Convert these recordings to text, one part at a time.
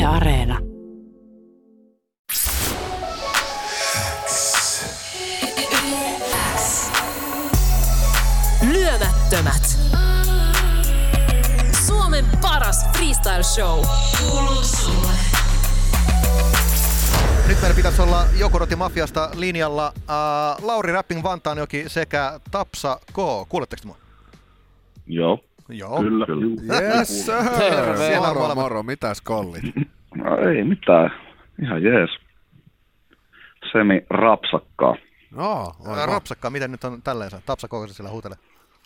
Areena. Lyömättömät. Suomen paras freestyle show. Kuuluu sulle. Nyt meillä pitäisi olla Jokuroti Mafiasta linjalla Lauri Rapping Vantaanjoki sekä Tapsa K. Kuuletteko mua? Joo. Kyllä. Yes, Terve. Moro. Mitäs kollit? No, ei mitään. Ihan jees. Semi rapsakkaa. Rapsakkaa, miten nyt on tälleensä? Tapsa K. se siellä huutelee.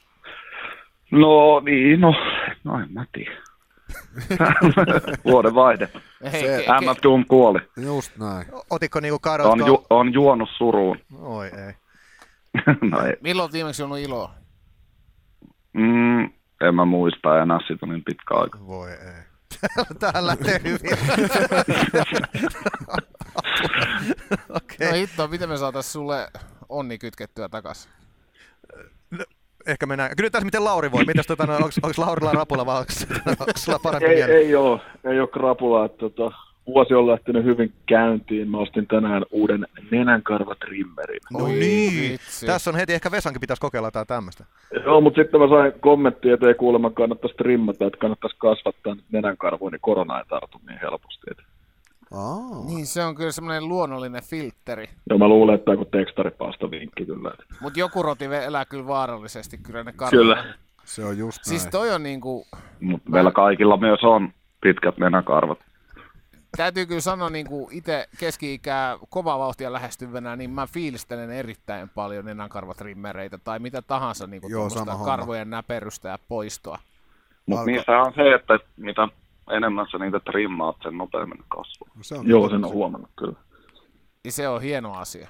No niin, no en mä tiedä. Vuoden vaihde. MF Doom kuoli. Just näin. Otitko niinku kadosta? On juonut suruun. Oi ei. No ei. Milloin viimeksi on iloa? En mä muista enää, siitä on niin pitkä aika. Voi ei. Tähän lähtee hyvin. Okay. No hitto, miten me saatais sulle onni kytkettyä takas? No, ehkä mennään. Kyllä tässä miten Lauri voi. Mitäs onko Laurilla rapula vai onko sulla parempi mieli? Ei ole krapulaa. Vuosi on lähtenyt hyvin käyntiin. Mä ostin tänään uuden nenänkarvatrimmerin. No niin. Vitsi. Tässä on heti, ehkä Vesankin pitäisi kokeilla jotain tämmöistä. Joo, mutta sitten mä sain kommenttia, että ei kuulemma kannattaisi trimmata, että kannattaisi kasvattaa nenänkarvoja, niin korona ei tartu niin helposti. Niin, se on kyllä semmoinen luonnollinen filtteri. Joo, mä luulen, että tämä on tekstaripaasta vinkki kyllä. Mutta joku roti elää kyllä vaarallisesti, kyllä ne karvat. Kyllä. Se on just näin. Siis toi on niinku... Mutta meillä kaikilla myös on pitkät nenäkarvat. Täytyy kyllä sanoa niinku itse keski-ikää kovaa vauhtia lähestyvänä, niin mä fiilistelen erittäin paljon nenänkarvatrimmereitä tai mitä tahansa niinku tuommoista karvojen näperystä ja poistoa. Mutta niissä on se, että mitä enemmän sä niitä trimmaat, sen nopeammin kasvaa. Joo, sen on huomannut kyllä. Ja se on hieno asia.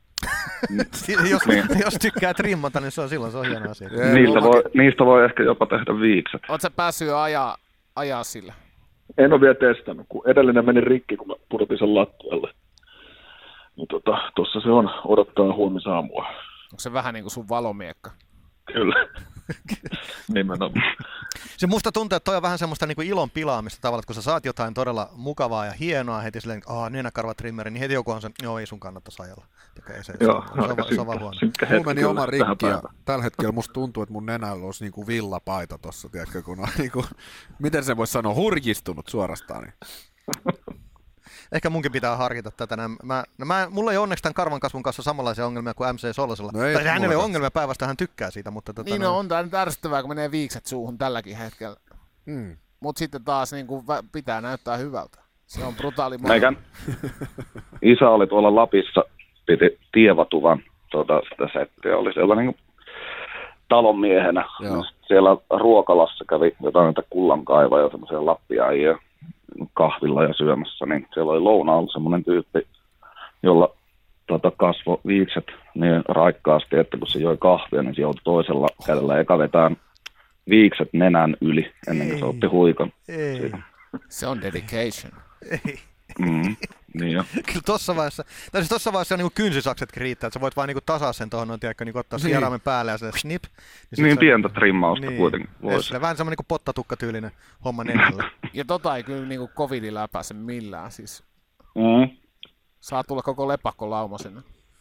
Jos tykkää trimmata, niin se on hieno asia. Niistä voi ehkä jopa tehdä viikset. Oot sä päässyt jo ajaa sillä? En ole vielä testannut, kun edellinen meni rikki, kun mä pudotin sen lattialle. Niin tossa se on, odottaa huomisaamua. Onko se vähän niin kuin sun valomiekka? Kyllä. Nimenomaan. Se musta tuntuu, että toi on vähän semmoista niin kuin ilon pilaamista tavallaan, että kun sä saat jotain todella mukavaa ja hienoa heti silleen, että nenäkarvatrimmeri, niin heti joku on sen, joo ei sun kannattaisi ajalla. Se on vaan huono. Mulla meni oma rikki ja tällä hetkellä musta tuntuu, että mun nenällä olisi niinku villapaita tossa, tiedätkö, kun on niinku, miten se voisi sanoa, hurjistunut suorastaan. Niin. Ehkä munkin pitää harkita tätä. Mulla ei onneksi tämän karvan kasvun kanssa samanlaisia ongelmia kuin MC Solosella. No hän ei ole ongelmia päivästä, hän tykkää siitä. Mutta niin on tämä nyt ärsyttävää, kun menee viikset suuhun tälläkin hetkellä. Mutta sitten taas niin kuin pitää näyttää hyvältä. Se on brutaali. Meikän isä oli tuolla Lapissa, piti tievatuvan sitä settiä. Oli siellä niin talonmiehenä. Siellä ruokalassa kävi jotain näitä kullankaivoja ja semmoisia lappiaijia kahvilla ja syömässä, niin siellä oli lounaalla semmoinen tyyppi, jolla kasvoi viikset niin raikkaasti, että kun se joi kahvia, niin se joutui toisella kädellä eka vetään viikset nenän yli, ennen kuin se otti huikon. Se on dedication. Ei. Niin jo. Kyllä tossa vaiheessa on niinku kynsisaksetkin riittää, että sä voit vaan niinku tasaa sen tuohon, niinku ottaa sieraimen päälle ja se snip. Niin pientä trimmausta kuitenkin voisi. Vähän semmoinen niinku pottatukkatyylinen homma nenällä. Ja ei kyllä niinku covidilla läpäise millään siis. Saa tulla koko lepakko lauma sinne.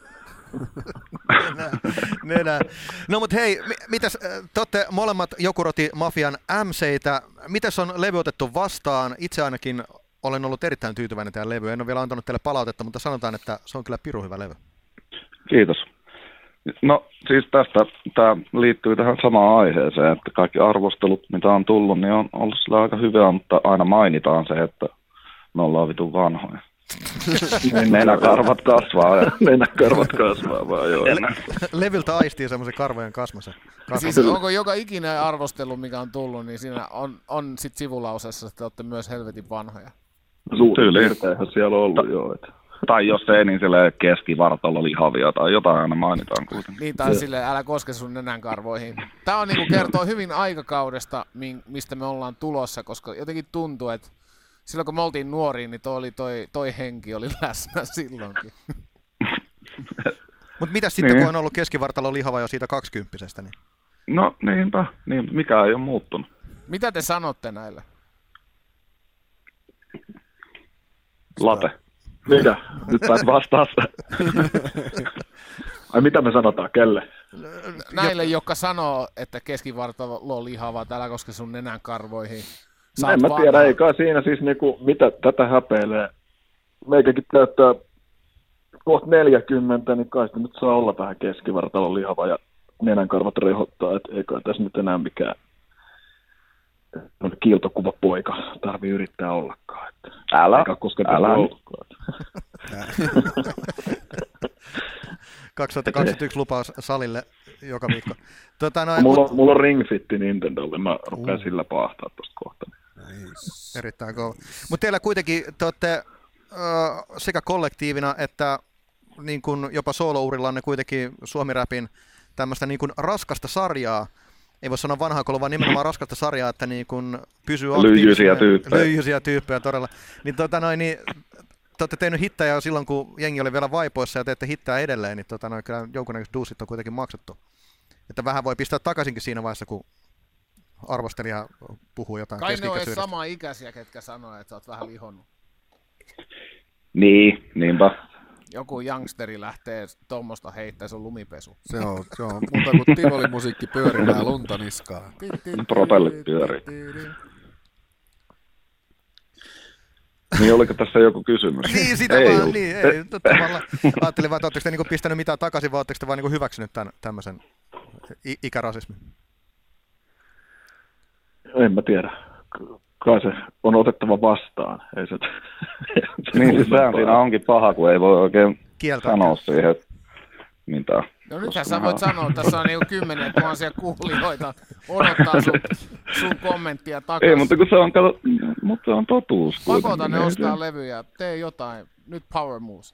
Nenä. No mut hei, mitäs, te olette molemmat Jokuroti Mafian MC:itä. Mitäs on levy otettu vastaan? Itse ainakin olen ollut erittäin tyytyväinen tähän levyyn. En ole vielä antanut teille palautetta, mutta sanotaan, että se on kyllä pirun hyvä levy. Kiitos. No siis tämä liittyy tähän samaan aiheeseen, että kaikki arvostelut, mitä on tullut, niin on ollut sillä aika hyvää, mutta aina mainitaan se, että me ollaan vitun vanhoja. Nenäkarvat kasvaa vaan joo. Levyltä aistii semmoisen karvojen kasmassa. Siis onko joka ikinen arvostelu, mikä on tullut, niin siinä on sit sivulausessa, että olette myös helvetin vanhoja. Suurin piirteinhän siellä on ollut joo. Tai jos ei, niin siellä keskivartalo lihavia tai jotain aina mainitaan kuitenkin. Niin, tai silleen, älä koske sun nenänkarvoihin. Tämä on niinku kertoo hyvin aikakaudesta, mistä me ollaan tulossa, koska jotenkin tuntuu, että silloin kun me oltiin nuoria, niin toi henki oli läsnä silloinkin. Mutta mitäs sitten, kun on ollut keskivartalo lihava jo siitä 20-vuotiaasta? Niin? No niinpä, mikä ei ole muuttunut. Mitä te sanotte näille? Late. Mitä? Nyt päät vastaan. Ai mitä me sanotaan, kelle? Näille, jotka sanoo, että keskivartalo on lihava, älä koske sun nenän karvoihin. En mä tiedä, ei kai siinä siis niinku, mitä tätä häpeilee. Meikäkin täyttää kohta 40, niin kai nyt saa olla vähän keskivartalon lihava ja nenänkarvat rehottaa, että ei kai tässä nyt enää mikään kiiltokuva poika tarvii yrittää ollakaan. Että älä. 2021 lupaus salille joka viikko. Mulla on Ring Fitti Nintendolle, mä rupean sillä paahtaa tuosta kohta. Nice. Erittäin kova. Mutta teillä kuitenkin te olette sekä kollektiivina että niin kun jopa soolourillanne kuitenkin Suomi-räpin tämmöistä niin kun raskasta sarjaa, ei voi sanoa vanhaa kolua, vaan nimenomaan raskasta sarjaa, että niin kun pysyy aktiivisena. Lyijyisiä tyyppejä todella. Niin, niin te olette tehnyt hittejä jo silloin, kun jengi oli vielä vaipoissa ja teette hittää edelleen, niin kyllä jonkunnäköiset duusit on kuitenkin maksettu. Että vähän voi pistää takaisinkin siinä vaiheessa, kun arvostelija puhuu jotain keski-ikäisyydestä. Kai ne on sama ikäisiä, ketkä sanoo, että sä oot vähän lihonnut. Niin, niinpä. Joku youngsteri lähtee tuommoista heittää, se on lumipesu. Se on muuta kuin tivolimusiikki pyörimään lunta niskaa. Propellit pyörii. Niin oliko tässä joku kysymys? Niin, sitä ei vaan, niin, ei. Ajattelin vaan, että oletteko te niinku pistänyt mitään takaisin, vai oletteko te vaan niinku hyväksynyt tämän tämmöisen ikärasismin? En mä tiedä. Kai se on otettava vastaan. Ei se, niin, siis sehän siinä onkin paha, kun ei voi oikein sanoa siihen mitään. No nythän sä voit sanoa, että tässä on niinku 10 000 kuulijoita odottaa sun kommenttia takaisin. Ei, mutta kun se on totuus. Pakota ne ostaa levyjä, tee jotain. Nyt power moves.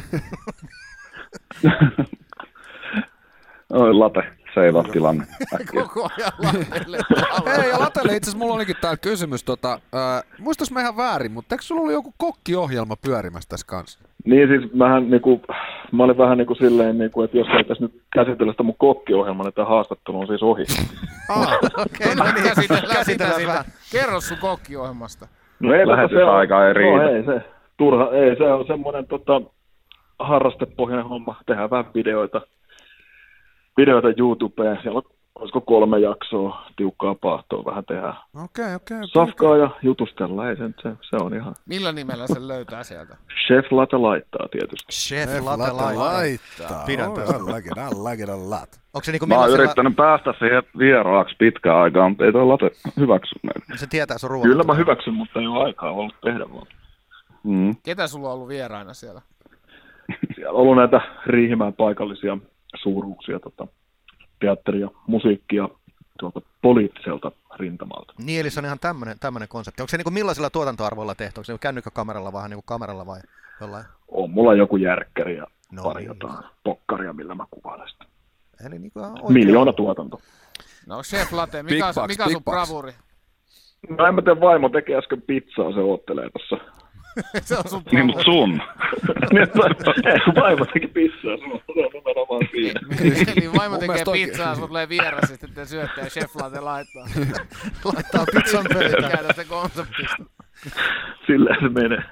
Oi, Late, seivaa tilanne. Koko ajan Latelle. Hei, ja Latelle itse asiassa mulla olikin täällä kysymys. Muistais mä ihan väärin, mutta eikö sulla ollut joku kokkiohjelma pyörimässä tässä kanssa? Niin siis mä olin vähän niinku silleen, niinku, että jos ei tässä nyt käsitellä sitä mun kokkiohjelmaa, niin tämä haastattelu on siis ohi. Okei, no niin, käsitellään sitä. Kerro sun kokkiohjelmasta. No ei, lähetysaika ei riitä. No ei se, se on semmoinen harrastepohjainen homma, tehdään vähän videoita YouTubeen, siellä on, olisiko 3 jaksoa, tiukkaa paahtoa vähän tehdään. Okei. Safkaa ja jutustellaan, ei se on ihan. Millä nimellä se löytää sieltä? Chef Late laittaa tietysti. Chef Late laittaa. Pidän tästä. I like it a lot. Onko se niinku mä oon yrittänyt päästä siihen vieraaksi pitkään aikaan, mutta ei toi Late hyväksy meitä. Se tietää sun ruoan. Kyllä mä hyväksyn, mutta ei ole aikaa ollut tehdä vaan. Ketä sulla on ollut vieraina siellä? Siellä on ollut näitä Riihimäen paikallisia suuruuksia, teatteria, musiikkia tuolta poliittiselta rintamalta. Niin, eli se on ihan tämmöinen konsepti. Onko se niinku millaisilla tuotantoarvoilla tehty? Onko se kännykkäkameralla vai niinku kameralla vai jollain? On mulla joku järkkäri ja pari jotain pokkaria, millä mä kuvailen sitä. Eli niinku miljoona tuotanto. No Chef Late, mikä on sun bravuri? No en mä tiedä, vaimo tekee äsken pizzaa, se oottelee tossa. Se on sun niin, mutta sun. Kun vaimo teki pizzaa, se on nimenomaan siinä. Eli vaimo tekee pizzaa, sun tulee vieras, ja sitten syötte ja Chef Late laittaa pizzan pöytään. Tykkää tästä konseptista. Silleen se menee.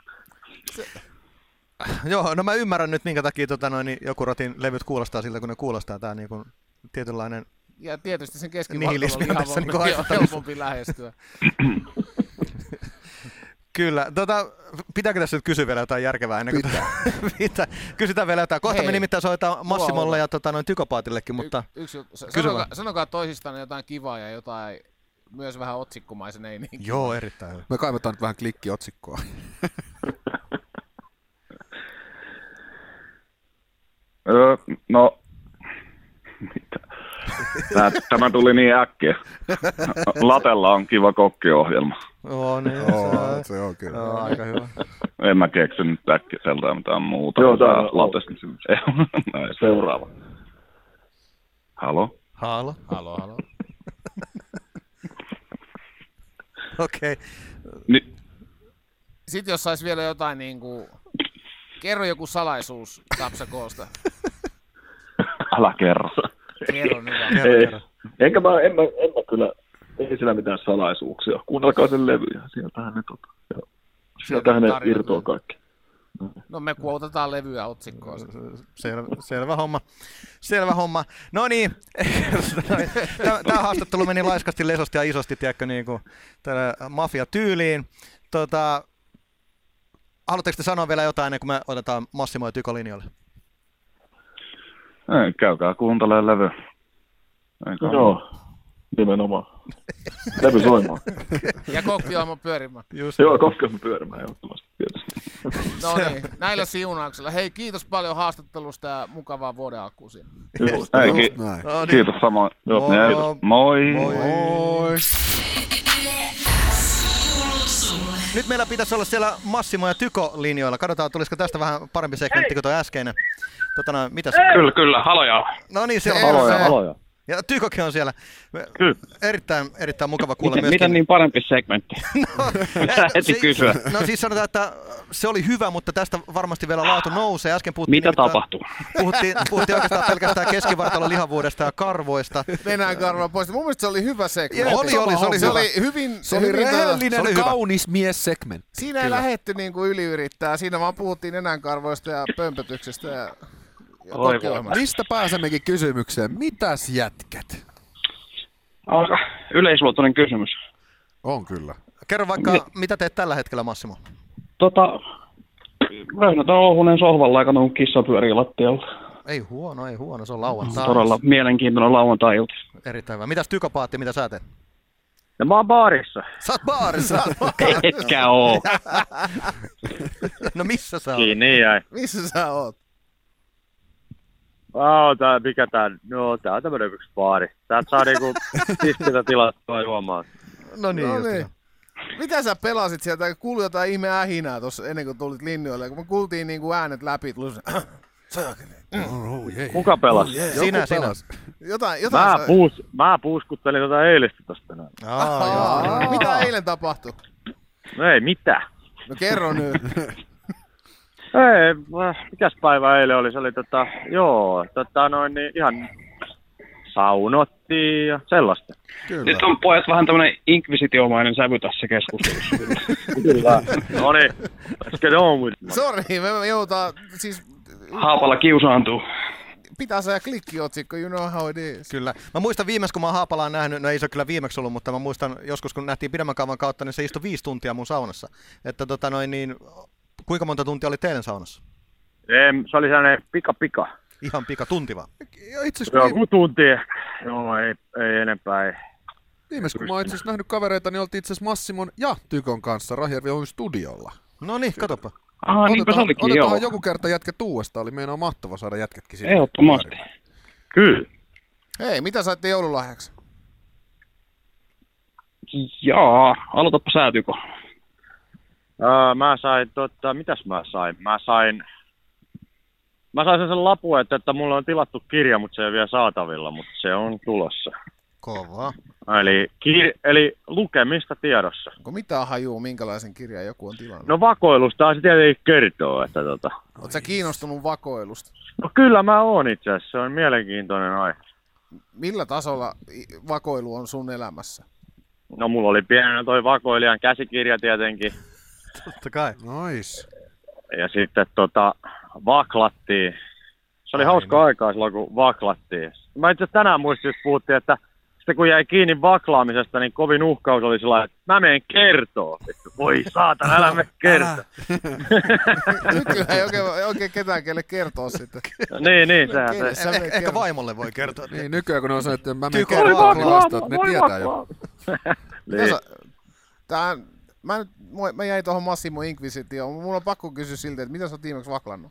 Joo, no mä ymmärrän nyt, minkä takia Jokurotin levyt kuulostaa siltä, kun ne kuulostaa. Tää niinku tietynlainen ja tietysti sen keskivartalon on helpompi lähestyä. Kyllä. Pitääkö tässä nyt kysyä vielä jotain järkevää ennen kuin kysytään vielä jotain. Kohta me nimittäin soitetaan Massimolle ja Tykopaatillekin, mutta sanokaa toisistaan jotain kivaa ja jotain myös vähän otsikkomaisen eininkin. Joo, erittäin hyvä. Me kaivetaan nyt vähän klikkiotsikkoa. No, mitä? Tämä tuli niin äkkiä. Latella on kiva kokkiohjelma. Joo, niin. Se on kyllä. Joo, aika hyvä. En mä keksi nyt äkkiseltä mitään muuta. Joo, tämä on Latesta. Seuraava. Halo? Halo. Okei. Sitten jos sais vielä jotain niinku kerro joku salaisuus Tapsakoosta. Älä kerro. Kerro nyt. En mä kyllä, ei sillä mitään salaisuuksia. Kuunnelkaa sen levyjä, sieltähän ne Sieltähän ne irtoaa kaikki. No me kuotetaan levyä otsikkoon. Selvä homma. No niin, tämä haastattelu meni laiskasti, lesosti ja isosti, tiedätkö, niin kuin mafia-tyyliin. Haluatteko te sanoa vielä jotain ennen kuin me otetaan Massimo ja Tyko linjoille? Ei, käykää kuuntelemaan levy. Joo, nimenomaan. Levy soimaan. Ja kokkiohjelma pyörimään. Joo, kokkiohjelma pyörimään, ehdottomasti tietysti. No niin, näillä siunauksilla. Hei, kiitos paljon haastattelusta ja mukavaa vuoden alkuun siinä. Kiitos samoin. Moi. Moi. Nyt meillä pitäisi olla siellä Massimo ja Tyko linjoilla. Katsotaan, tulisiko tästä vähän parempi segmentti kuin tuo äskeinen. Mitäs? Kyllä, haloja. No niin, siellä on haloja. Ja Tykokin on siellä. Kyllä. Erittäin mukava kuulla myöskin. Miten niin parempi segmentti? Heti kysyä. No siis sanotaan, että se oli hyvä, mutta tästä varmasti vielä laatu nousee. Äsken mitä tapahtuu? Puhuttiin oikeastaan pelkästään keskivartalon lihavuudesta ja karvoista. Venäjän karvoa pois. Mun mielestä se oli hyvä segmentti. Se oli hyvin. Se oli rehellinen, kaunis mies-segmentti. Siinä ei lähdetty niinku yliyrittää. Siinä vaan puhuttiin nenänkarvoista ja pömpötyksestä ja mistä pääsemmekin kysymykseen? Mitäs jätkät? Aika yleisluotoinen kysymys. On kyllä. Kerro vaikka, mitä teet tällä hetkellä, Massimo? Röynnätään Ohunen sohvalla aika kun kissa pyörii lattialla. Ei huono, se on lauantai. Todella mielenkiintoinen lauantai-ilta. Erittäin hyvä. Mitäs Tyko Paatti, mitä sä teet? Ja mä oon baarissa. Sä oot baarissa? Etkä oo. No missä sä oot? Niin jäi. Missä sä oot? Mikä tää? No tää on tämmönen yksi baari. Täältä saa niinku tiskiltä tilattua juomaan. No niin. Mitä sä pelasit sieltä? Kuului jotain ihme ähinää tossa ennen kuin tulit linjoille. Kun me kuultiin niinku äänet läpi, tuli Kuka pelasi? Sinä. Mä puuskuttelin eilistä tosta näin. Mitä eilen tapahtui? Ei mitään. No kerro nyt. Ei, mikäs päivä eilen oli? Se oli niin ihan saunottiin ja sellaista. Kyllä. Nyt on pojat vähän tämmönen inkvisitiomainen sävy tässä keskustelussa. Kyllä. No niin, let's get on with it. Sori, me joutaa siis... Haapala kiusaantuu. Pitää saada klikkiotsikko, you know how it is. Kyllä. Mä muistan viimeksi, kun mä oon Haapalaan nähnyt, no ei se ole kyllä viimeksi ollut, mutta mä muistan joskus, kun nähtiin pidemmän kaavan kautta, niin se istui 5 tuntia mun saunassa. Että kuinka monta tuntia oli teidän saunassa? Se oli sellainen pika. Ihan pika, tunti vaan? Joku tunti. Joo, ei enempää. Viimeis kun mä oon itse asiassa nähnyt kavereita, niin oltiin itse asiassa Massimon ja Tykon kanssa Rahjärvi Oyn studiolla. No niin, katoppa. Niinpä se olikin, joo. Otetaan joku kerta jätket uudestaan, oli meinaa mahtava saada jätketkin sinne. Ehdottomasti. Kyllä. Hei, mitä saitte joululahjaksi? Jaa, aloitapa sä, Tyko. Mä sain, mitäs mä sain? Mä sain sen lapun, että mulla on tilattu kirja, mutta se ei vielä saatavilla, mutta se on tulossa. Kovaa. Eli lukemista tiedossa. Onko mitään hajua, minkälaisen kirjan joku on tilannut? No vakoilusta se tietenkin kertoo, että Oot sä kiinnostunut vakoilusta? No kyllä mä oon itse asiassa, se on mielenkiintoinen aihe. Millä tasolla vakoilu on sun elämässä? No mulla oli pienenä toi vakoilijan käsikirja tietenkin. Totta kai. Nice. Ja sitten vaklattiin. Se oli hauska aikaa silloin, kun vaklattiin. Mä itse asiassa tänään muistin, että puhuttiin, että sitten kun jäi kiinni vaklaamisesta, niin kovin uhkaus oli sellainen, että mä menen kertoo. Voi saatana, älä mene kertoo. Nykyään ei oikein ketään, kelle kertoo sitten. Niin, sehän se. Ehkä vaimolle voi kertoa. Niin, nykyään kun ne on sanonut, että mä menen kertoa, niin vasta, että ne tietää jo. Mä jäin tuohon Massimo Inquisitioon. Mulla on pakko kysyä siltä, että mitä sä oot viimeksi vaklannut?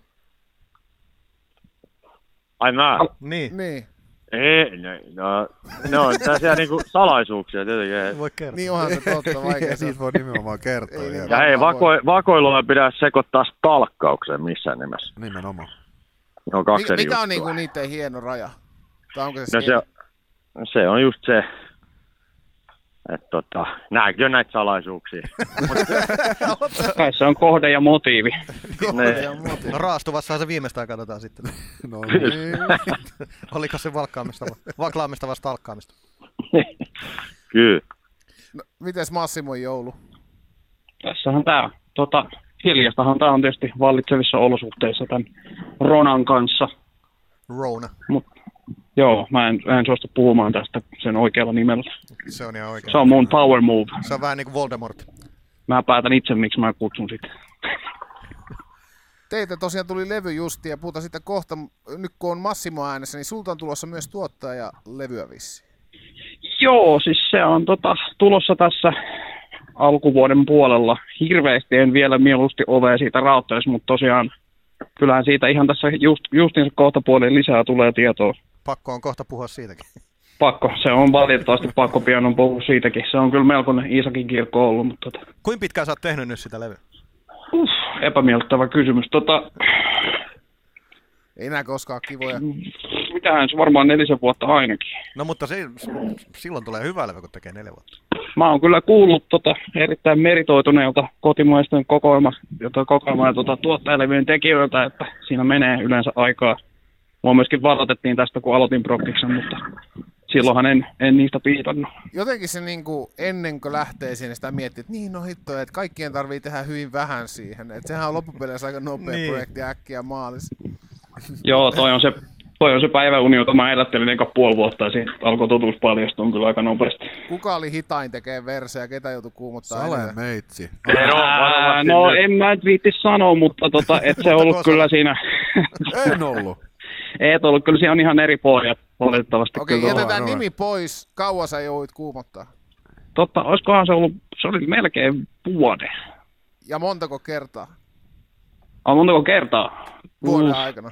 Ai mä? Niin. Ei, no on tällaisia niinku salaisuuksia tietenkin. Voi kertoa. Niin onhan se totta, vaikea. Siitä voi nimenomaan kertoa. Ja ei, vakoilua ei pidä sekoittaa stalkkaukseen missään nimessä. Nimenomaan. No, mikä on niinku niiden hieno raja? Tai onko se se on just se, että nääkin on näitä salaisuuksia. Kai se on kohde ja motiivi. No raastuvassahan se viimeistään katsotaan sitten. No niin. Oliko se vaklaamista vai stalkkaamista? Kyllä. No, mites Massimon joulu? Tässähän tää on. Hiljastahan tämä on tietysti vallitsevissa olosuhteissa tämän Ronan kanssa. Rona. Joo, mä en suostu puhumaan tästä sen oikealla nimellä. Se on ihan oikein. Se on mun power move. Se on vähän niin kuin Voldemort. Mä päätän itse, miksi mä kutsun sitä. Teitä tosiaan tuli levy justi ja puhutaan sitten kohta, nyt kun on Massimo äänessä, niin sulta on tulossa myös tuottaja levyä vissiin. Joo, siis se on tulossa tässä alkuvuoden puolella. Hirveästi en vielä mieluusti ovea siitä rautteessa, mutta tosiaan kyllähän siitä ihan tässä justiinsa kohtapuoliin lisää tulee tietoa. Pakko on kohta puhua siitäkin. Pakko, se on valitettavasti pakko pian on puhua siitäkin. Se on kyllä melkoinen Iisakin kirkko ollut. Mutta Kuinka pitkään sä oot tehnyt nyt sitä levyä? Epämiellyttävä kysymys. Ei nää koskaan kivoja. Mitähän se varmaan 4 vuotta ainakin. No mutta silloin tulee hyvä levy, kun tekee 4 vuotta. Mä oon kyllä kuullut erittäin meritoituneilta kotimaisten kokoelma- ja tuottajalevyjen tekijöiltä, että siinä menee yleensä aikaa. Mua myöskin varoitettiin tästä, kun aloitin prokkiksen, mutta silloinhan en niistä piitannut. Jotenkin se niinku, ennen kuin lähtee sinne sitä miettii, että niin no hitto, että kaikkien tarvii tehdä hyvin vähän siihen. Että sehän on loppupeleissä aika nopea projekti äkkiä maalissa. Joo, toi on se päiväuni, jota mä elättelin eka puoli vuotta ja siitä alkoi totuus paljastua kyllä aika nopeasti. Kuka oli hitain tekee versejä, ketä joutui kuumottaa Sale meitsi. No en mä et viitti sanoa, mutta et se ollut kyllä siinä. En ollut. Et ollut, kyllä se on ihan eri pohjat valitettavasti. Okei, jätetään nimi pois. Kauan sä jouit kuumottaa? Olisikohan se oli melkein vuoden. Ja montako kertaa? Montako kertaa? Vuoden aikana.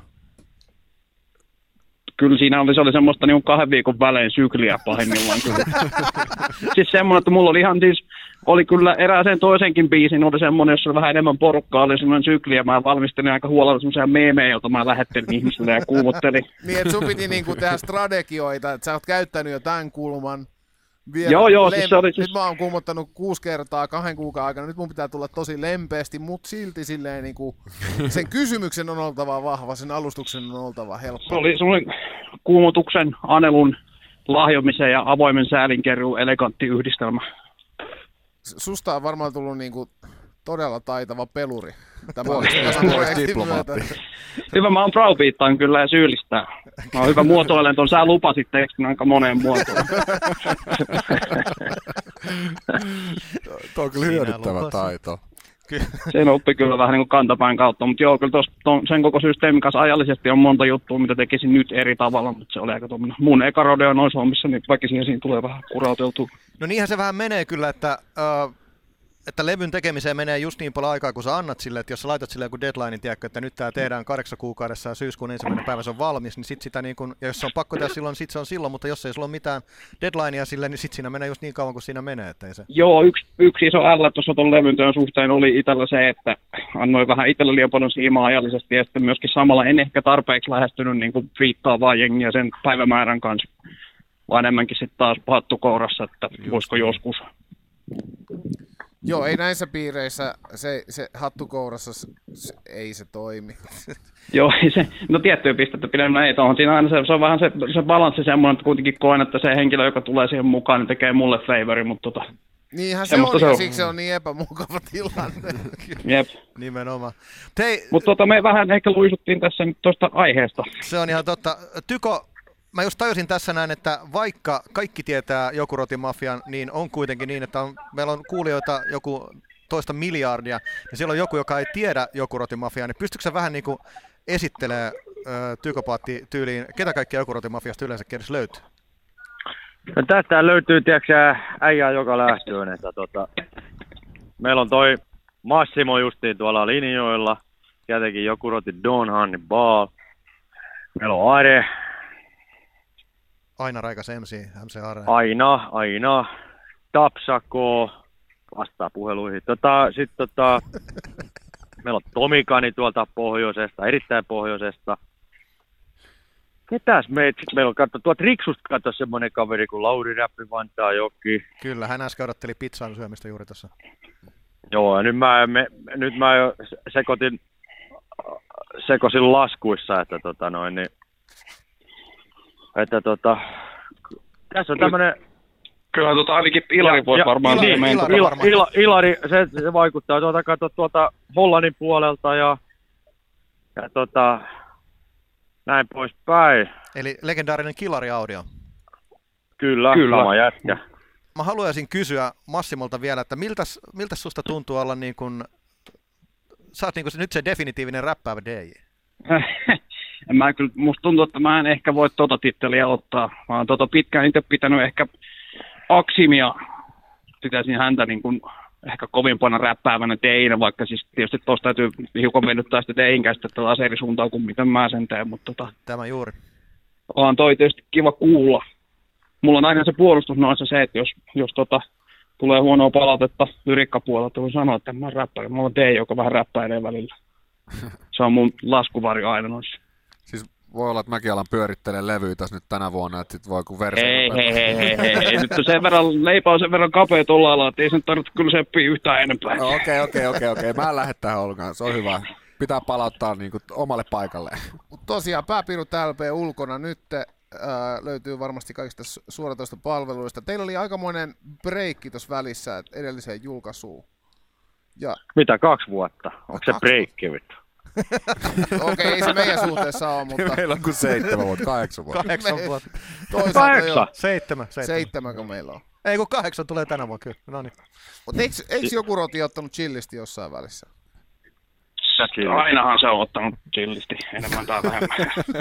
Kyllä se oli semmoista niin 2 viikon välein sykliä pahimmillaan kyllä. Siis semmoinen, että mulla oli ihan oli kyllä erääseen toisenkin biisin, oli semmoinen, jossa oli vähän enemmän porukkaa, oli semmoinen sykli, ja mä valmistelin aika huolella semmoisia meemejä, joita mä lähettelin ihmisille ja kuumottelin. Niin, että sun piti niinku tehdä strategioita, että sä oot käyttänyt jo tämän kulman. Joo, siis se oli Nyt mä oon kuumottanut 6 kertaa 2 kuukauden aikana, nyt mun pitää tulla tosi lempeästi, mutta silti silleen niinku, sen kysymyksen on oltava vahva, sen alustuksen on oltava helppo. Se oli semmoinen kuumotuksen, anelun, lahjomisen ja avoimen säälinkerrun elegantti yhdistelmä. Susta on varmaan tullut niinku todella taitava peluri. Hyvä, mä oon browbeattaan kyllä ja syyllistää. Mä oon hyvä muotoilen ton, sä lupasit tekstin aika moneen muotoon. Tuo on kyllä hyödyttävä taito. Sen oppi kyllä vähän niin kuin kantapään kautta, mutta joo, kyllä sen koko systeemin kanssa ajallisesti on monta juttua, mitä tekisin nyt eri tavalla, mutta se oli aika tuommoinen mun eka rodeo noissa hommissa, niin väkisin siinä tulee vähän kurauteltua. No niinhän se vähän menee kyllä, että levyn tekemiseen menee just niin paljon aikaa, kun sä annat sille, että jos sä laitat sille joku deadline, tiedätkö, että nyt tää tehdään 8 kuukaudessa ja syyskuun 1. päivä se on valmis, niin sit sitä niin kun, ja jos se on pakko tehdä silloin, sit se on silloin, mutta jos ei sulla ole mitään deadlinea sille, niin sit siinä menee just niin kauan kuin siinä menee, että ei se. Joo, yksi iso ällä tuossa ton levyn työn suhteen oli itsellä se, että annoin vähän itselle liian paljon siimaa ajallisesti ja sitten myöskin samalla en ehkä tarpeeksi lähestynyt niin kuin fiittaavaa jengiä sen päivämäärän kanssa, vaan enemmänkin sitten taas hattukourassa, että voisiko joskus. Joo, ei näissä piireissä se hattukourassa ei se toimi. Joo, no tiettyä pistettä pidemmän ei tuohon. Siinä aina se on vähän se balanssi semmoinen, että kuitenkin koen, että se henkilö, joka tulee siihen mukaan, niin tekee mulle favorin, mutta niinhän se on, ja siksi se on niin epämukava tilanne. Jep. Nimenomaan. Mutta me vähän ehkä luisuttiin tässä nyt tuosta aiheesta. Se on ihan totta. Tyko, mä just tajusin tässä näin, että vaikka kaikki tietää Jokurotin mafian, niin on kuitenkin niin, että meillä on kuulijoita joku 2 miljardia, ja siellä on joku, joka ei tiedä Jokurotin mafiaa, niin pystytkö sä vähän niin kuin esittelemään Tykopaatti-tyyliin, ketä kaikkia Jokurotin mafiasta yleensä edes löytyy? No tästä löytyy, tiedätkö äijää joka lähtöön, että meillä on toi Massimo justiin tuolla linjoilla, tietenkin Jokurotin Don Hannibal, meillä on Are, Aina Raikas MC Are. Aina. Tapsako vastaa puheluihin. Sitten meillä on Tomikani tuolta pohjoisesta, erittäin pohjoisesta. Ketäs meillä on tuolta Riksusta katso semmoinen kaveri kuin Lauri Räppi Vantaajoki. Kyllä, hän äsken odotteli pizzan syömistä juuri tuossa. Joo, ja nyt mä jo sekoisin laskuissa, että tässä on tämmönen Kyllä ainakin Ilari voisi varmaan Ilari, se vaikuttaa tuolta Hollannin puolelta ja näin poispäin. Eli legendaarinen Kilari-audio. Kyllä. Sama jätkä. Mä haluaisin kysyä Massimolta vielä, että miltä susta tuntuu olla niin kuin, sä oot niin kuin nyt se definitiivinen räppäävä DJ? Musta tuntuu, että mä en ehkä voi titteliä ottaa. Mä oon pitkään itse pitänyt ehkä Aksimia, pitäisin häntä niin kuin ehkä kovimpana räppäävänä teinä, vaikka siis tietysti tuosta täytyy hiukan venyttää sitä tein käsitettä taas eri suuntaan kuin miten mä sen teen, mutta Tämä juuri. On toi tietysti kiva kuulla. Mulla on aina se puolustus noissa se, että jos tulee huonoa palautetta lyrikkapuolelta, voi sanoa, että en mä räppäri. Mulla on Tei, joka vähän räppäilee välillä. Se on mun laskuvarjo aina noissa. Siis voi olla, että mäkin alan pyörittelee levyä tässä nyt tänä vuonna, että sit voi kun versio. Hei. Nyt sen verran, leipä on sen verran kapea tuolla alalla, että ei sen tarvitse kyllä seppiä yhtään enempää. No, okei. Mä en lähde tähän ollenkaan, se on hyvä. Pitää palauttaa niin kuin omalle paikalleen. Mut tosiaan Pääpiirut LP ulkona nyt löytyy varmasti kaikista suoratoista palveluista. Teillä oli aikamoinen breikki tuossa välissä edelliseen julkaisuun. Mitä, 2 vuotta? Onko se breikki vittu? Okei, ei se meidän suhteessa ole, mutta... Meillä on kuin 7 vuotta, 8 vuotta. 8 vuotta. Toisaalta 7. 7 meillä on. Ei kun 8 tulee tänä vuonna kyllä. Noniin. Mutta eikö joku roti ottanut chillisti jossain välissä? Ainahan se on ottanut chillisti, enemmän tai vähemmän.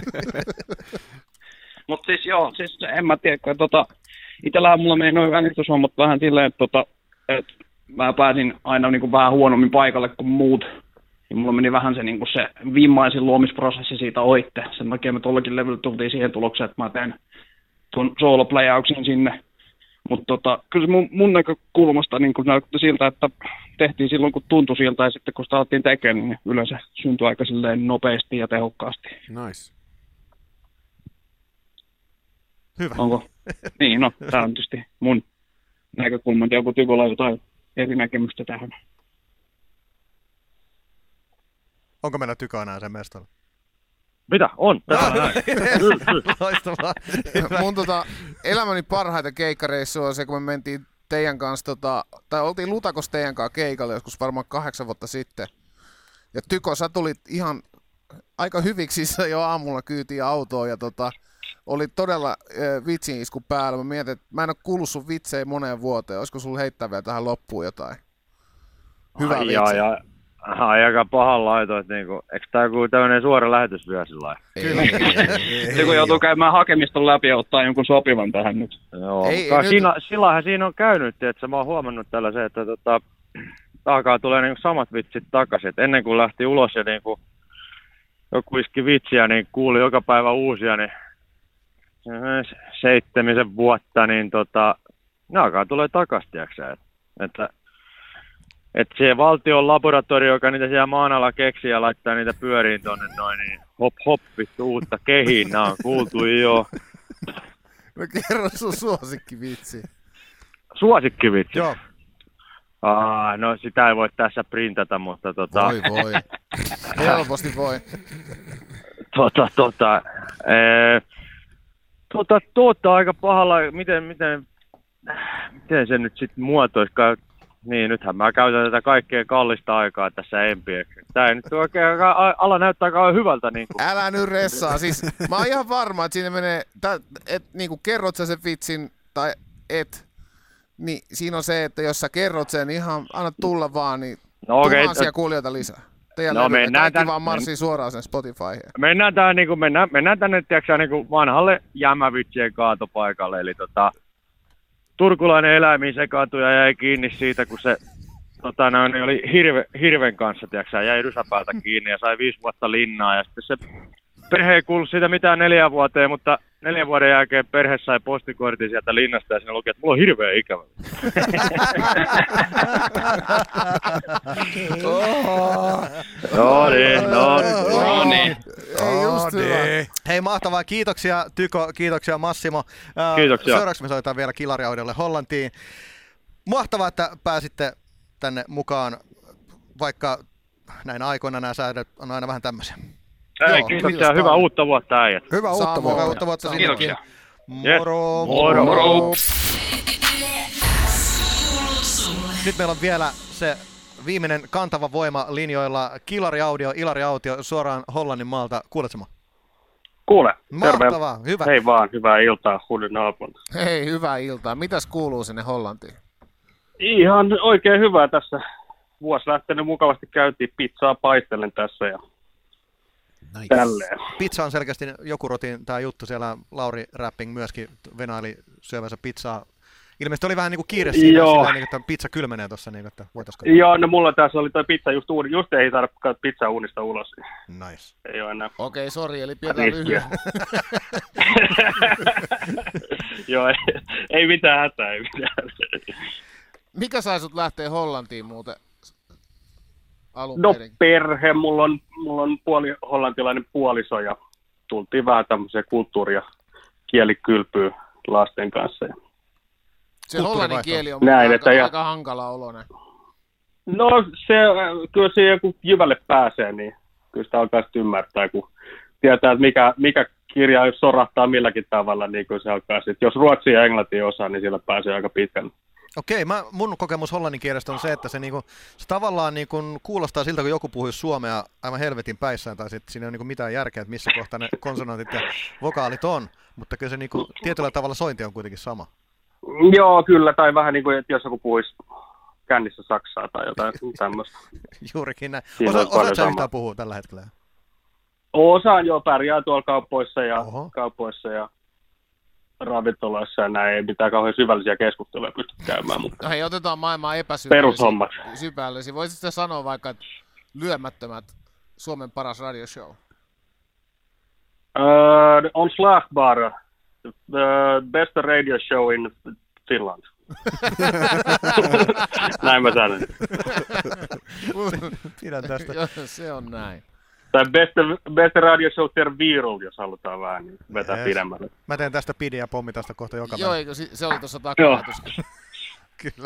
Mutta siis joo, siis en mä tiedä, kun itsellähän mulla meni noin äänityshommat vähän silleen, että mä pääsin aina niinku vähän huonommin paikalle kuin muut. Ja mulla meni vähän se, niinku se viimaisin luomisprosessi siitä oitte. Sen takia me tuollakin levyllä tultiin siihen tulokseen, että mä teen tuon solo-playauksen sinne. Mutta kyllä se mun näkökulmasta niin näytti siltä, että tehtiin silloin kun tuntui siltä ja sitten kun sitä alettiin tekemään, niin yleensä syntyi aika silleen nopeasti ja tehokkaasti. Nice. Hyvä. Onko? Niin, no, tämä on tietysti mun näkökulma, että joku Tykolla jotain eri näkemystä tähän. Onko meillä Tyko enää sen mestalla? Mitä? On. Loistavaa. Mun elämäni parhaita keikkareissuja on se, kun me mentiin teidän kanssa, tai oltiin Lutakossa teidän kanssa keikalle joskus varmaan 8 vuotta sitten. Ja Tyko, sä tulit ihan aika hyviksissä jo aamulla kyytiin autoon ja oli todella vitsin isku päällä. Mä mietin, että mä en ole kuullut sun vitsejä moneen vuoteen. Olisiko sulla heittää vielä tähän loppuun jotain? Hyvä vitsi. Aika pahan laito, että niinku, eikö tää joku tämmönen suora lähetys vielä sillä Kyllä. Joku joutuu käymään hakemiston läpi ja ottaa jonkun sopivan tähän nyt. Joo, sillähän siinä on käynyt, että mä oon huomannut tällaisen, että alkaa tulee niinku samat vitsit takaisin. Et ennen kuin lähti ulos ja niinku joku iski vitsiä, niin kuuli joka päivä uusia, niin 7 vuotta, niin ne alkaa tulee takaisin, tiiäksä, että se valtion laboratorio, joka niitä siellä maan alla keksii ja laittaa niitä pyöriin tonne noin, niin hop vittu uutta kehiin, nää on kuultu jo. No kerro sun suosikkivitsi. Suosikkivitsi? Joo. No sitä ei voi tässä printata, mutta Voi. Helposti voi. Aika pahalla, miten se nyt sitten muotoiskaan. Niin, nythän mä käytän tätä kaikkea kallista aikaa tässä empiäksi. Tää ei nyt oikein ala näyttää kauan hyvältä. Niin kuin. Älä nyt ressaa. Siis, mä oon ihan varma, että siinä menee, että niin kerrot sä sen vitsin tai et, niin siinä on se, että jos sä kerrot sen, niin ihan anna tulla vaan, niin tuhansia kuulijoita lisää. Teidän kaikki vaan marssii suoraan sen Spotifyhin. Mennään tänne tiiäksä, niin kuin vanhalle jämävitsien kaatopaikalle, eli turkulainen eläimiin sekaantui ja jäi kiinni siitä, kun se oli hirven kanssa, tiiäksä, jäi rysäpäältä kiinni ja sai 5 vuotta linnaa. Ja sitten se perhe ei kuullut siitä mitään 4 vuoteen, mutta 4 vuoden jälkeen perhe sai postikortin sieltä linnasta ja siinä luki, että mulla on hirveä ikävä. No niin. Ei just hyvä. Hei, mahtavaa. Kiitoksia Tyko, kiitoksia Massimo. Kiitoksia. Seuraavaksi me soitetaan vielä Kilari-audiolle Hollantiin. Mahtavaa, että pääsitte tänne mukaan, vaikka näin aikoina nämä säädöt on aina vähän tämmöisiä. Ei, kiitoksia. Hyvää uutta vuotta, äijät. Hyvää uutta vuotta. Kiitoksia. Moro. Moro. Nyt meillä on vielä se viimeinen kantava voima linjoilla. Ilari Autio suoraan Hollannin maalta. Kuuletko mä? Kuule. Mahtavaa, terve. hyvä. Hei vaan, hyvää iltaa. Goedenavond. Hei, hyvää iltaa. Mitäs kuuluu sinne Hollantiin? Ihan oikein hyvää tässä. Vuosi lähtenyt mukavasti käyntiin. Pizzaa paistellen tässä ja tälleen. Pizza on selkeästi Jokurotin tämä juttu. Siellä Lauri Rapping myöskin venaili syövänsä pizzaa. Ilmeisesti oli vähän niin kuin kiire siinä, niin, että pizza kylmenee tuossa, niin että voitaisiko... Joo, no mulla tässä oli toi pizza just ei saada pizza uunista ulos. Nice. Ei ole enää. Okei, sori, eli pidetään lyhyen. Joo, ei mitään hätää, ei mitään. Mikä sai sut lähteä Hollantiin muuten alun No perin? perhe, mulla on hollantilainen puoliso ja tultiin vähän tämmöiseen kulttuuri- ja kielikylpyyn lasten kanssa. Se hollannin kieli on aika hankala oloinen. No kyllä se joku jyvälle pääsee, niin kyllä sitä alkaa sitten ymmärtää, kun tietää, että mikä kirja sorahtaa milläkin tavalla, niin kyllä se alkaa sitten. Jos ruotsia ja englantia osaa, niin siellä pääsee aika pitkälle. Okei, mun kokemus hollannin kielestä on se, että se tavallaan kuulostaa siltä, kun joku puhuisi suomea aivan helvetin päissään, tai sitten siinä ei ole mitään järkeä, että missä kohtaa ne konsonantit ja vokaalit on, mutta kyllä se tietyllä tavalla sointi on kuitenkin sama. Joo, kyllä, tai vähän niin kuin, että jos joku puhuisi kännissä saksaa tai jotain tämmöistä. Juurikin näin. Osaatko sä yhtään puhua tällä hetkellä? Osaan jo, pärjää tuolla kaupoissa ja ravintoloissa ja näin. Ei mitään kauhean syvällisiä keskusteluja pysty käymään. Mutta hei, otetaan maailman perushommat. Syvällisiä. Voisitko sanoa vaikka, että Lyömättömät, Suomen paras radioshow? On slagbara. The best radio show in Finland. Näin mä sanon. Pidän tästä. Se on näin. Tai best radio show ter world, jos halutaan vähän niin vetää pidemmälle. Mä teen tästä pidiä pommitasta kohta joka päivä. Joo, eikö se oli tuossa taka-ajatuskin. Kyllä.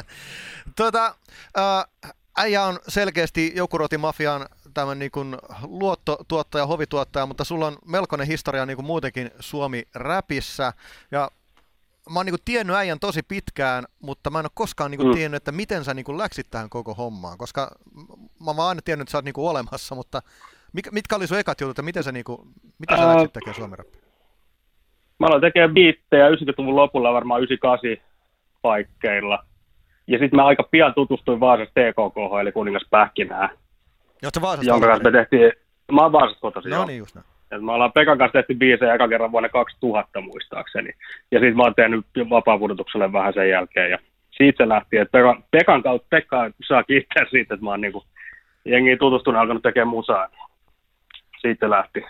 Äijä on selkeästi Jokurotin mafian tämän niin kuin luottotuottaja, hovituottaja, mutta sulla on melkoinen historia niin kuin muutenkin Suomi-räpissä. Ja mä oon niin kuin tiennyt äijän tosi pitkään, mutta mä en ole koskaan niin kuin tiennyt, että miten sä niin kuin läksit tähän koko hommaan. Koska mä oon aina tiennyt, että sä oot niin kuin olemassa, mutta mitkä oli sun ekat jutut ja miten sä sä läksit tekemään Suomi-räppiä? Mä aloin tekemään biittejä 90-luvun lopulla, varmaan 98 paikkeilla. Ja sitten mä aika pian tutustuin Vaasassa TKK:hon, eli Kuningas Pähkinää. Ootko Vaasasta? Jonka kanssa me tehtiin, mä oon Vaasasta kotoisin. No niin, just näin. Et me ollaan Pekan kanssa tehty biisejä eka kerran vuonna 2000 muistaakseni. Ja sitten mä oon tehnyt vapaapudotukselle vähän sen jälkeen. Ja siitä se lähti, että Pekan kautta Pekka saa kiittää siitä, että mä oon niinku jengiin tutustunut alkanut tekemään musaa. Siitä lähti.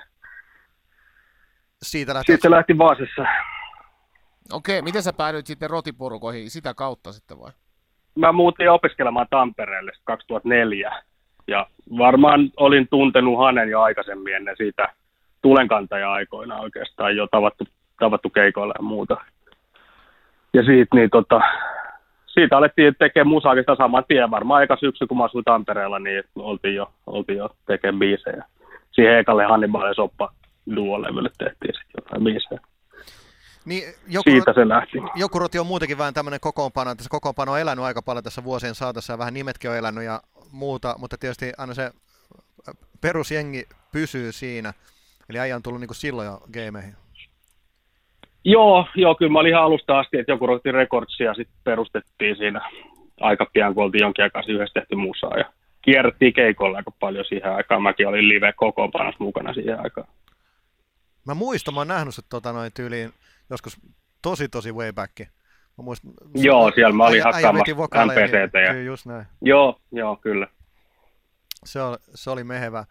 Siitä lähti Vaasassa. Okei, miten sä päädyit sitten rotiporukoihin sitä kautta sitten vai? Mä muutin opiskelemaan Tampereelle 2004. Ja varmaan olin tuntenut Hanen jo aikaisemmin ennen siitä tulenkantaja-aikoina oikeastaan jo tavattu keikoilla ja muuta. Ja siitä alettiin tekemään musaa oikeastaan saman tien. Varmaan eka syksy, kun mä asuin Tampereella, niin oltiin jo tekemään biisejä. Siihen ekalle Hannibal ja Soppa duo-levylle tehtiin sitten jotain biisejä. Niin, siitä se lähti. Jokuroti on muutenkin vähän tämmöinen kokoonpano, että se kokoonpano on elänyt aika paljon tässä vuosien saatossa ja vähän nimetkin on elänyt ja muuta, mutta tietysti aina se perusjengi pysyy siinä. Eli äijä on tullut niin kuin silloin jo gameihin. Joo, kyllä mä olin ihan alusta asti, että Jokuroti Recordsia sitten perustettiin siinä aika pian, kun oltiin jonkin aikaa yhdessä tehty musaa ja kierrettiin keikolla aika paljon siihen aikaan. Mäkin olin live kokoonpanossa mukana siihen aikaan. Mä oon nähnyt sut tyyliin joskus tosi way back. Joo, siellä mä olin hakkaamassa MPC:tä. Ja... Kyllä, just näin. Joo, kyllä. Se oli mehevä.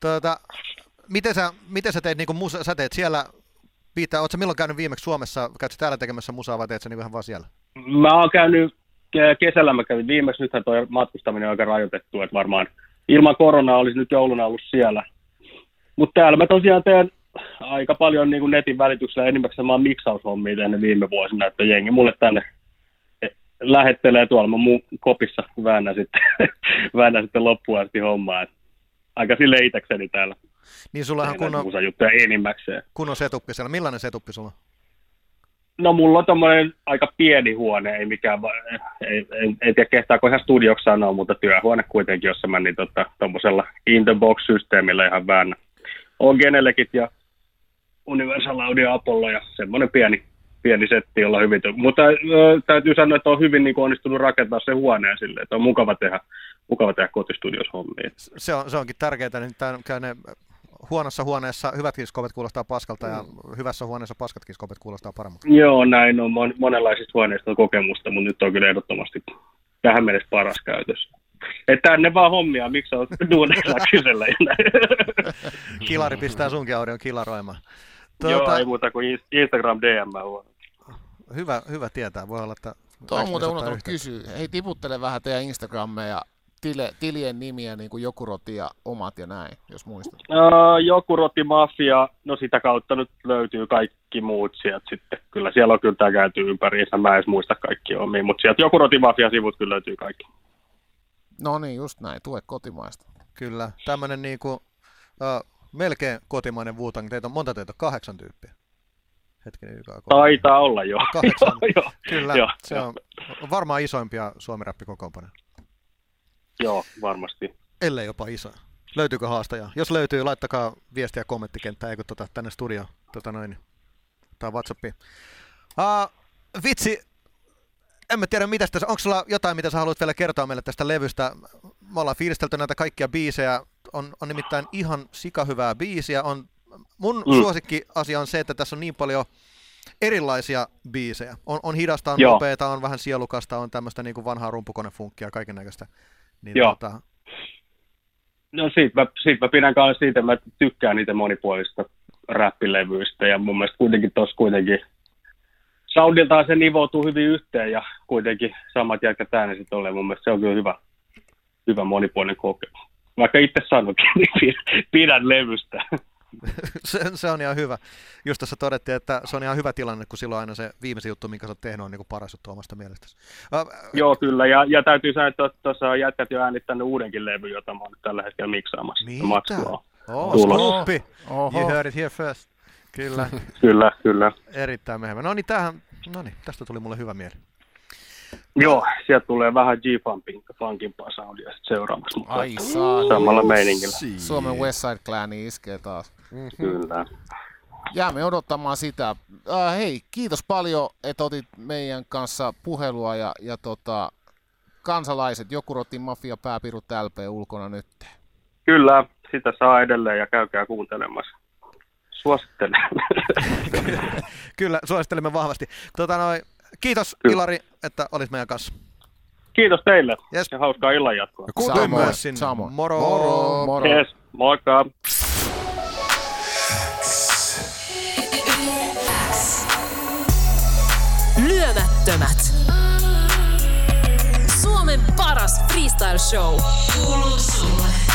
Miten sä teet sä teet siellä biittää, ootko sä milloin käynyt viimeksi Suomessa, käytkö täällä tekemässä musaa vai teet sä ihan vaan siellä? Mä oon käynyt kesällä, mä kävin viimeksi, nythän toi matkustaminen on aika rajoitettu, että varmaan ilman koronaa olisi nyt jouluna ollut siellä. Mutta täällä mä tosiaan teen aika paljon niin kuin netin välityksellä enimmäkseen mä oon miksaushommia tehnyt viime vuosina, että jengi mulle tänne lähettelee tuolla, mä mun kopissa väännän sitten loppuun asti hommaa. Aika sille itekseni täällä. Niin sulla on musajuttuja enimmäkseen. Kunnon setuppi siellä. Millainen setuppi sulla No mulla on tommonen aika pieni huone, ei mikään, en tiedä kehtaako ihan studioksi sanoa, mutta työhuone kuitenkin, jossa mä niin tommosella in the box -systeemillä ihan väännä. On Genelekit ja Universal Audio Apollo ja semmoinen pieni setti, jolla hyvin. Mutta täytyy sanoa, että on hyvin niin onnistunut rakentaa se huoneen silleen, että on mukava tehdä kotistudios hommia. Se onkin tärkeää, niin ne huonossa huoneessa hyvätkin skopet kuulostaa paskalta ja hyvässä huoneessa paskatkin skopet kuulostaa paremmalta. Joo, näin on. Monenlaisista huoneista on kokemusta, mutta nyt on kyllä ehdottomasti tähän mennessä paras käytössä. Että tänne vaan hommia, miksi olet duuneissa kysellä. Kilari pistää sunkin Audion kilaroimaan. Joo, ei muuta kuin Instagram DM huono. Hyvä tietää, voi olla, että... Tuo on muuten unohtanut kysyä. Hei, tiputtele vähän teidän Instagrammeja ja tilien nimiä, niin kuin Jokuroti ja omat ja näin, jos muistat. Jokuroti Mafia, no sitä kautta nyt löytyy kaikki muut sieltä sitten. Kyllä siellä on kyllä tämä käyty ympäriinsä, mä en edes muista kaikki omia, mutta sieltä Jokuroti Mafia-sivut kyllä löytyy kaikki. No niin, just näin, tue kotimaista. Kyllä, tämmöinen niinku, melkein kotimainen Wu-Tang, monta teitä on 8 tyyppiä. Hetkinen, taitaa olla jo. 8, kyllä, se on varmaan isoimpia suomi-räppikokoonpanoja. Joo, varmasti. Ellei jopa iso. Löytyykö haastajaa? Jos löytyy, laittakaa viestiä kommenttikenttään, eikö tänne studioon tai WhatsAppiin. Vitsi, en mä tiedä mitä tässä, onko sulla jotain, mitä sä haluat vielä kertoa meille tästä levystä? Me ollaan fiilistelty näitä kaikkia biisejä, on nimittäin ihan sikahyvää biisiä. Mun suosikkiasia on se, että tässä on niin paljon erilaisia biisejä. On hidasta, on nopeeta, on vähän sielukasta, on tämmöistä niin kuin vanhaa rumpukonefunkkia ja kaikennäköistä. Niin, joo. No siitä mä pidän kanssa siitä, mä tykkään niitä monipuolista räppilevyistä ja mun mielestä kuitenkin soundiltaan se nivoutuu hyvin yhteen ja kuitenkin samat jätkät äänet sitten olleen. Mun mielestä se on kyllä hyvä monipuolinen kokemus. Vaikka itse sanokin, niin pidän levystä. Se on ihan hyvä. Just tässä todettiin, että se on ihan hyvä tilanne, kun silloin aina se viimeisin juttu, minkä sä oot tehnyt, on niin kuin paras juttu omasta mielestäsi. Joo, kyllä. Ja täytyy sanoa, että tuossa on jätkät jo äänittänyt uudenkin levy, jota mä oon nyt tällä hetkellä miksaamassa. Mitä? Scoopi! You heard it here first. Kyllä. Kyllä. Erittäin mehevä. No niin, tästä tuli mulle hyvä mieli. Joo, sieltä tulee vähän G-Funkimpaa soundia seuraavaksi. Ai saa. Samalla meiningillä. Suomen Westside Clani iskee taas. Kyllä. Jäämme odottamaan sitä. Hei, kiitos paljon, että otit meidän kanssa puhelua ja kansalaiset, Jokurotin Mafia pääpirut LP ulkona nyt. Kyllä, sitä saa edelleen ja käykää kuuntelemassa. Suosittelen. Kyllä, suosittelemme vahvasti. Kiitos Ilari, että olit meidän kanssa. Kiitos teille ja hauskaa illanjatkoa. Kuten myös sinne. Moro. Yes, moikka. Lyömättömät. Suomen paras freestyle show. Kuuluu sulle.